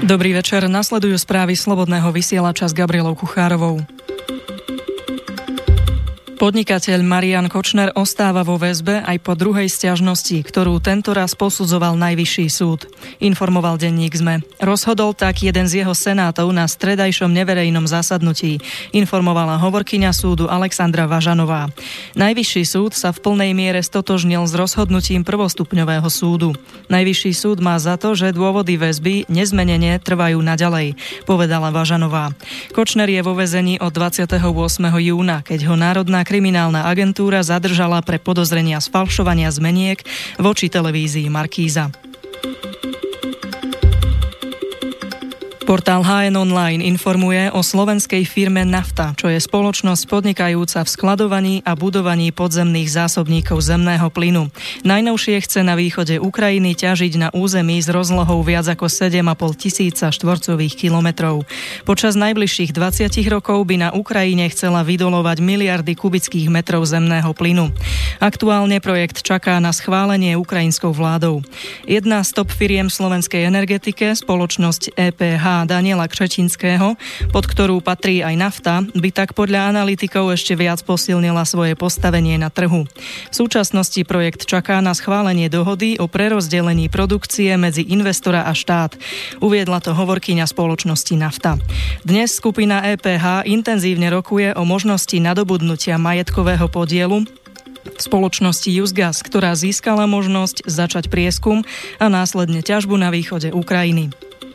Dobrý večer, nasledujú správy Slobodného vysielača s Gabrielou Kuchárovou. Podnikateľ Marián Kočner ostáva vo väzbe aj po druhej sťažnosti, ktorú tentoraz posudzoval Najvyšší súd. Informoval denník SME. Rozhodol tak jeden z jeho senátov na stredajšom neverejnom zasadnutí, informovala hovorkyňa súdu Alexandra Važanová. Najvyšší súd sa v plnej miere stotožnil s rozhodnutím prvostupňového súdu. Najvyšší súd má za to, že dôvody väzby nezmenene trvajú naďalej, povedala Važanová. Kočner je vo väzení od 28. júna, keď ho Národná kriminálna agentúra zadržala pre podozrenia z falšovania zmeniek voči televízii Markíza. Portál HN Online informuje o slovenskej firme Nafta, čo je spoločnosť podnikajúca v skladovaní a budovaní podzemných zásobníkov zemného plynu. Najnovšie chce na východe Ukrajiny ťažiť na území s rozlohou viac ako 7,5 tisíca štvorcových kilometrov. Počas najbližších 20 rokov by na Ukrajine chcela vydolovať miliardy kubických metrov zemného plynu. Aktuálne projekt čaká na schválenie ukrajinskou vládou. Jedna z top firiem slovenskej energetike, spoločnosť EPH Daniela Křečinského, pod ktorú patrí aj Nafta, by tak podľa analytikov ešte viac posilnila svoje postavenie na trhu. V súčasnosti projekt čaká na schválenie dohody o prerozdelení produkcie medzi investora a štát. Uviedla to hovorkyňa spoločnosti Nafta. Dnes skupina EPH intenzívne rokuje o možnosti nadobudnutia majetkového podielu v spoločnosti Jusgas, ktorá získala možnosť začať prieskum a následne ťažbu na východe Ukrajiny.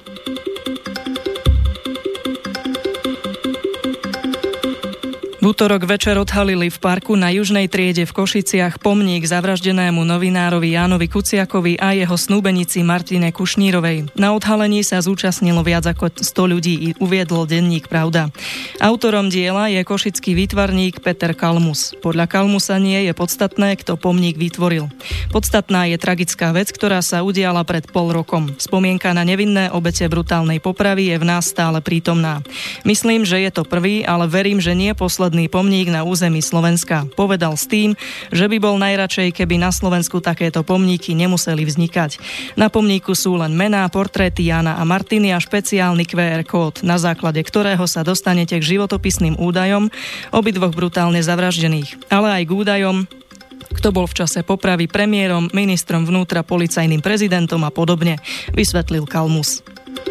V útorok večer odhalili v parku na Južnej Triede v Košiciach pomník zavraždenému novinárovi Jánovi Kuciakovi a jeho snúbenici Martine Kušnírovej. Na odhalení sa zúčastnilo viac ako 100 ľudí, uviedol denník Pravda. Autorom diela je košický výtvarník Peter Kalmus. Podľa Kalmusa nie je podstatné, kto pomník vytvoril. Podstatná je tragická vec, ktorá sa udiala pred pol rokom. Spomienka na nevinné obete brutálnej popravy je v nás stále prítomná. Myslím, že je to prvý, ale verím, že nie posledný pomník na území Slovenska. Povedal s tým, že by bol najradšej, keby na Slovensku takéto pomníky nemuseli vznikať. Na pomníku sú len mená, portréty Jána a Martiny a špeciálny QR kód, na základe ktorého sa dostanete k životopisným údajom obidvoch brutálne zavraždených, ale aj k údajom, kto bol v čase popravy premiérom, ministrom vnútra, policajným prezidentom a podobne, vysvetlil Kalmus.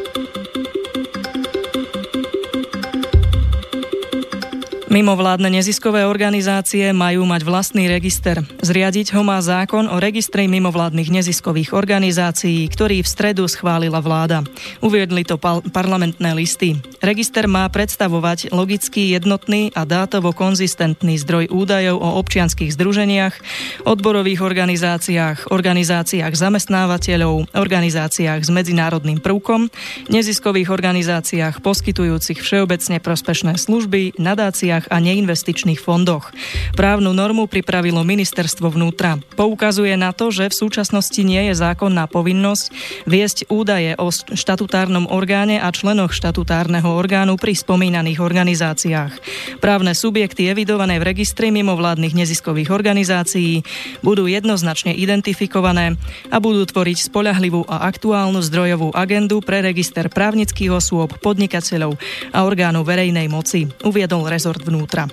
Mimovládne neziskové organizácie majú mať vlastný register. Zriadiť ho má zákon o registri mimovládnych neziskových organizácií, ktorý v stredu schválila vláda. Uviedli to parlamentné listy. Register má predstavovať logický, jednotný a dátovo konzistentný zdroj údajov o občianskych združeniach, odborových organizáciách, organizáciách zamestnávateľov, organizáciách s medzinárodným prvkom, neziskových organizáciách poskytujúcich všeobecne prospešné služby, nadáciách a neinvestičných fondoch. Právnu normu pripravilo ministerstvo vnútra. Poukazuje na to, že v súčasnosti nie je zákonná povinnosť viesť údaje o štatutárnom orgáne a členoch štatutárneho orgánu pri spomínaných organizáciách. Právne subjekty evidované v registri mimovládnych neziskových organizácií budú jednoznačne identifikované a budú tvoriť spoľahlivú a aktuálnu zdrojovú agendu pre register právnických osôb, podnikateľov a orgánov verejnej moci, uviedol rezort vnútra.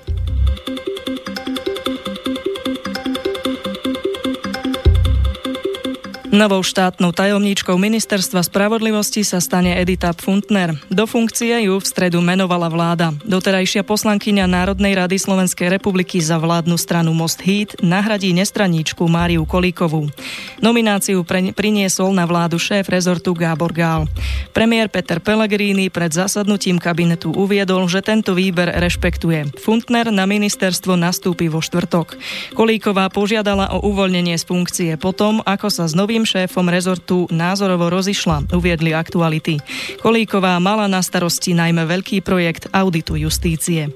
Novou štátnou tajomníčkou ministerstva spravodlivosti sa stane Edita Pfundner. Do funkcie ju v stredu menovala vláda. Doterajšia poslankyňa Národnej rady Slovenskej republiky za vládnu stranu Most Híd nahradí nestraníčku Máriu Kolíkovú. Nomináciu priniesol na vládu šéf rezortu Gábor Gál. Premiér Peter Pellegrini pred zasadnutím kabinetu uviedol, že tento výber rešpektuje. Pfundner na ministerstvo nastúpi vo štvrtok. Kolíková požiadala o uvoľnenie z funkcie potom, ako sa s novým šéfom rezortu názorovo rozišla, uviedli Aktuality. Kolíková mala na starosti najmä veľký projekt auditu justície.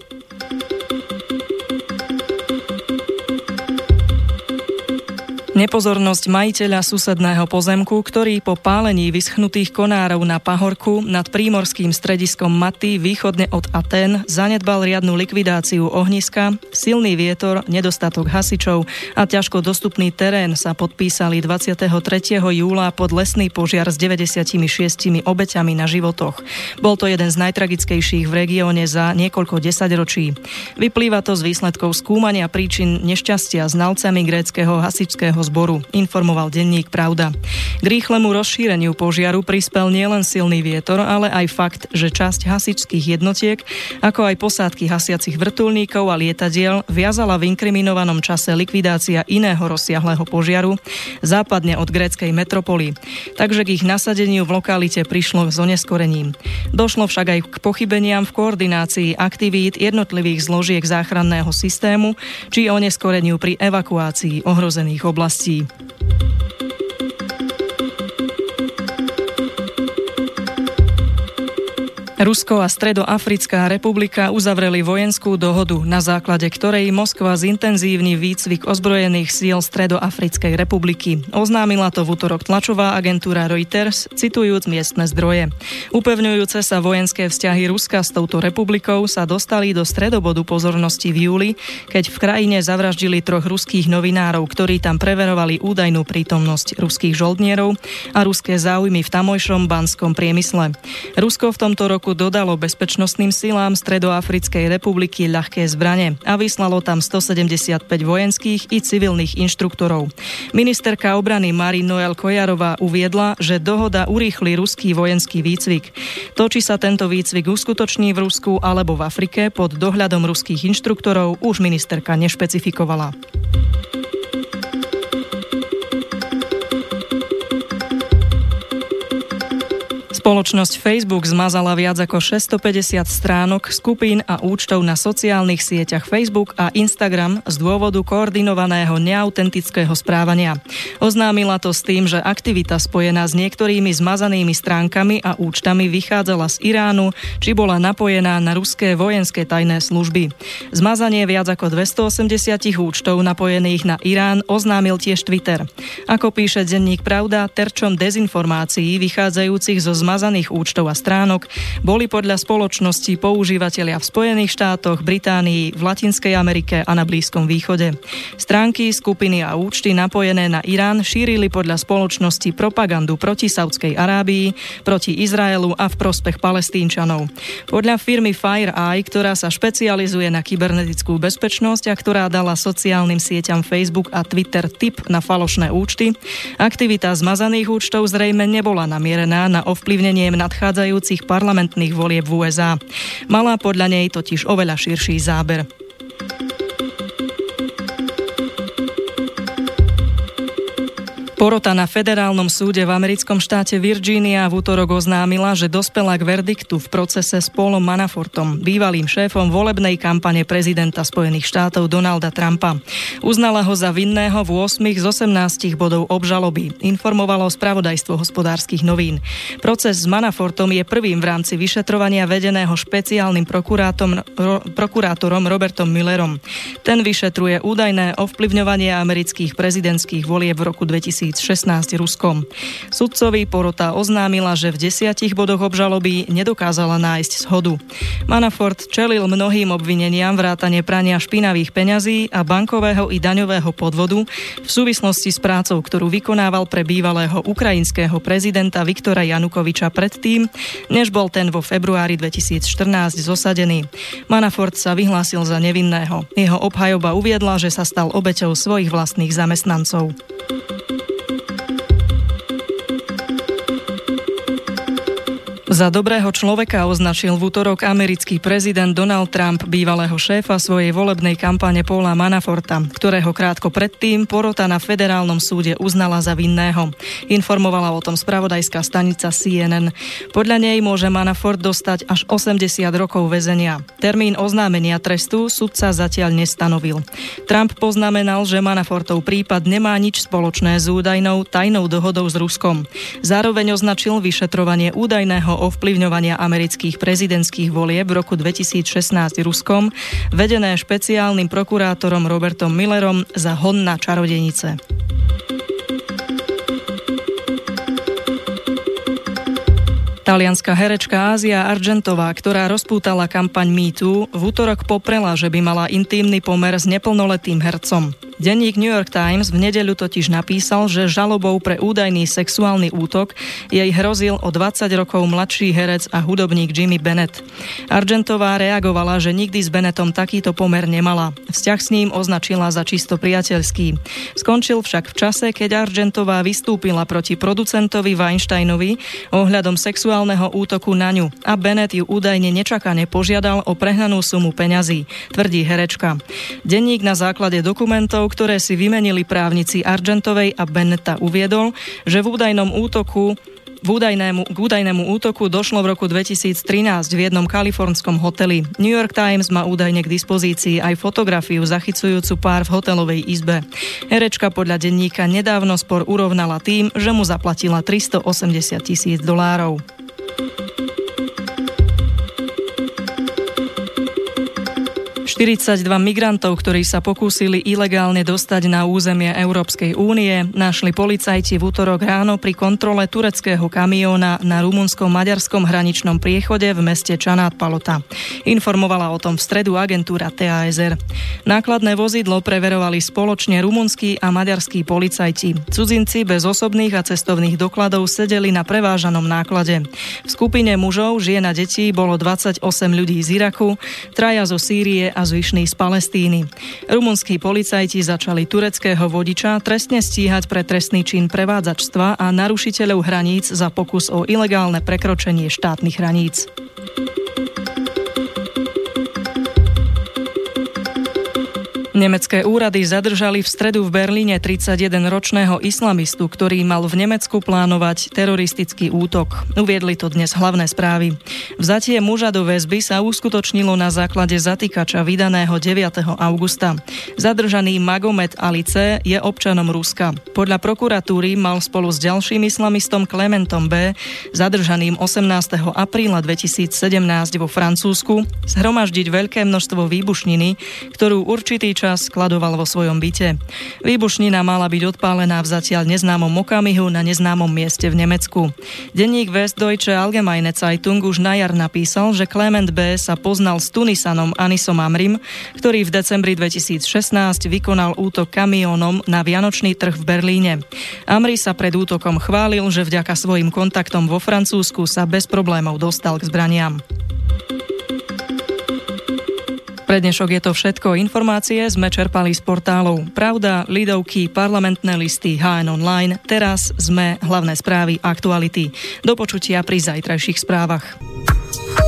Nepozornosť majiteľa susedného pozemku, ktorý po pálení vyschnutých konárov na pahorku nad prímorským strediskom Maty východne od Atén zanedbal riadnu likvidáciu ohniska, silný vietor, nedostatok hasičov a ťažko dostupný terén sa podpísali 23. júla pod lesný požiar s 96 obeťami na životoch. Bol to jeden z najtragickejších v regióne za niekoľko desaťročí. Vyplýva to z výsledkov skúmania príčin nešťastia znalcami gréckeho hasičského zboru, informoval denník Pravda. K rýchlemu rozšíreniu požiaru prispel nielen silný vietor, ale aj fakt, že časť hasičských jednotiek, ako aj posádky hasiacich vrtuľníkov a lietadiel viazala v inkriminovanom čase likvidácia iného rozsiahleho požiaru západne od gréckej metropoly. Takže k ich nasadeniu v lokalite prišlo s oneskorením. Došlo však aj k pochybeniam v koordinácii aktivít jednotlivých zložiek záchranného systému či oneskoreniu pri evakuácii ohrozených oblastí. Rusko a Stredoafrická republika uzavreli vojenskú dohodu, na základe ktorej Moskva zintenzívni výcvik ozbrojených síl Stredoafrickej republiky. Oznámila to v utorok tlačová agentúra Reuters, citujúc miestne zdroje. Upevňujúce sa vojenské vzťahy Ruska s touto republikou sa dostali do stredobodu pozornosti v júli, keď v krajine zavraždili 3 ruských novinárov, ktorí tam preverovali údajnú prítomnosť ruských žoldnierov a ruské záujmy v tamojšom banskom priemysle. Rusko v tomto roku dodalo bezpečnostným silám Stredoafrickej republiky ľahké zbrane a vyslalo tam 175 vojenských i civilných inštruktorov. Ministerka obrany Marie-Noëlle Kojarová uviedla, že dohoda urýchli ruský vojenský výcvik. To, či sa tento výcvik uskutoční v Rusku alebo v Afrike pod dohľadom ruských inštruktorov, už ministerka nešpecifikovala. Spoločnosť Facebook zmazala viac ako 650 stránok, skupín a účtov na sociálnych sieťach Facebook a Instagram z dôvodu koordinovaného neautentického správania. Oznámila to s tým, že aktivita spojená s niektorými zmazanými stránkami a účtami vychádzala z Iránu, či bola napojená na ruské vojenské tajné služby. Zmazanie viac ako 280 účtov napojených na Irán oznámil tiež Twitter. Ako píše denník Pravda, terčom dezinformácií vychádzajúcich zo zmazaných účtov a stránok boli podľa spoločnosti používatelia v Spojených štátoch, Británii, v Latinskej Amerike a na Blízkom východe. Stránky, skupiny a účty napojené na Irán šírili podľa spoločnosti propagandu proti Saudskej Arábii, proti Izraelu a v prospech Palestínčanov. Podľa firmy FireEye, ktorá sa špecializuje na kybernetickú bezpečnosť a ktorá dala sociálnym sieťam Facebook a Twitter tip na falošné účty, aktivita zmazaných účtov zrejme nebola namierená na ovplyvnenie nadchádzajúcich parlamentných volieb v USA. Mala podľa nej totiž oveľa širší záber. Porota na federálnom súde v americkom štáte Virginia v utorok oznámila, že dospela k verdiktu v procese s Paulom Manafortom, bývalým šéfom volebnej kampane prezidenta Spojených štátov Donalda Trumpa. Uznala ho za vinného v 8 z 18 bodov obžaloby, informovalo spravodajstvo Hospodárskych novín. Proces s Manafortom je prvým v rámci vyšetrovania vedeného špeciálnym prokurátorom Robertom Millerom. Ten vyšetruje údajné ovplyvňovanie amerických prezidentských volieb v roku 2016 Ruskom. Sudcovi porota oznámila, že v 10 bodoch obžaloby nedokázala nájsť zhodu. Manafort čelil mnohým obvineniam vrátane prania špinavých peňazí a bankového i daňového podvodu v súvislosti s prácou, ktorú vykonával pre bývalého ukrajinského prezidenta Viktora Janukoviča predtým, než bol ten vo februári 2014 zosadený. Manafort sa vyhlásil za nevinného. Jeho obhajoba uviedla, že sa stal obeťou svojich vlastných zamestnancov. Za dobrého človeka označil v utorok americký prezident Donald Trump bývalého šéfa svojej volebnej kampane Paula Manaforta, ktorého krátko predtým porota na federálnom súde uznala za vinného. Informovala o tom spravodajská stanica CNN. Podľa nej môže Manafort dostať až 80 rokov väzenia. Termín oznámenia trestu sudca zatiaľ nestanovil. Trump poznamenal, že Manafortov prípad nemá nič spoločné s údajnou tajnou dohodou s Ruskom. Zároveň označil vyšetrovanie údajného ovplyvňovania amerických prezidentských volieb v roku 2016 Ruskom, vedené špeciálnym prokurátorom Robertom Millerom za hon na čarodejnice. Talianska herečka Asia Argentová, ktorá rozpútala kampaň MeToo, v útorok poprela, že by mala intímny pomer s neplnoletým hercom. Denník New York Times v nedeľu totiž napísal, že žalobou pre údajný sexuálny útok jej hrozil o 20 rokov mladší herec a hudobník Jimmy Bennett. Argentová reagovala, že nikdy s Bennettom takýto pomer nemala. Vzťah s ním označila za čisto priateľský. Skončil však v čase, keď Argentová vystúpila proti producentovi Weinsteinovi ohľadom sexuálneho útoku na ňu a Bennett ju údajne nečakane požiadal o prehnanú sumu peňazí, tvrdí herečka. Denník na základe dokumentov, ktoré si vymenili právnici Argentovej a Bennetta, uviedol, že k údajnému útoku došlo v roku 2013 v jednom kalifornskom hoteli. New York Times má údajne k dispozícii aj fotografiu zachycujúcu pár v hotelovej izbe. Herečka podľa denníka nedávno spor urovnala tým, že mu zaplatila $380,000. 42 migrantov, ktorí sa pokúsili ilegálne dostať na územie Európskej únie, našli policajti v útorok ráno pri kontrole tureckého kamióna na rumunsko-maďarskom hraničnom priechode v meste Čanátpalota. Informovala o tom v stredu agentúra TASR. Nákladné vozidlo preverovali spoločne rumunskí a maďarskí policajti. Cudzinci bez osobných a cestovných dokladov sedeli na prevážanom náklade. V skupine mužov, žien a detí bolo 28 ľudí z Iraku, 3 zo Sýrie a zvyšný z Palestíny. Rumunskí policajti začali tureckého vodiča trestne stíhať pre trestný čin prevádzačstva a narušiteľov hraníc za pokus o ilegálne prekročenie štátnych hraníc. Nemecké úrady zadržali v stredu v Berlíne 31-ročného islamistu, ktorý mal v Nemecku plánovať teroristický útok. Uviedli to dnes hlavné správy. Vzatie muža do väzby sa uskutočnilo na základe zatýkača vydaného 9. augusta. Zadržaný Magomed Ali C. je občanom Ruska. Podľa prokuratúry mal spolu s ďalším islamistom Klementom B., zadržaným 18. apríla 2017 vo Francúzsku, zhromaždiť veľké množstvo výbušniny, ktorú určitý čas skladoval vo svojom byte. Výbušnina mala byť odpálená v zatiaľ neznámom okamihu na neznámom mieste v Nemecku. Denník Westdeutsche Allgemeine Zeitung už na jar napísal, že Clement B. sa poznal s Tunisanom Anisom Amrim, ktorý v decembri 2016 vykonal útok kamiónom na Vianočný trh v Berlíne. Amri sa pred útokom chválil, že vďaka svojim kontaktom vo Francúzsku sa bez problémov dostal k zbraniam. Pre dnešok je to všetko. Informácie sme čerpali z portálov Pravda, Lidovky, Parlamentné listy, HN Online, Teraz, SME, Hlavné správy, Aktuality. Do počutia pri zajtrajších správach.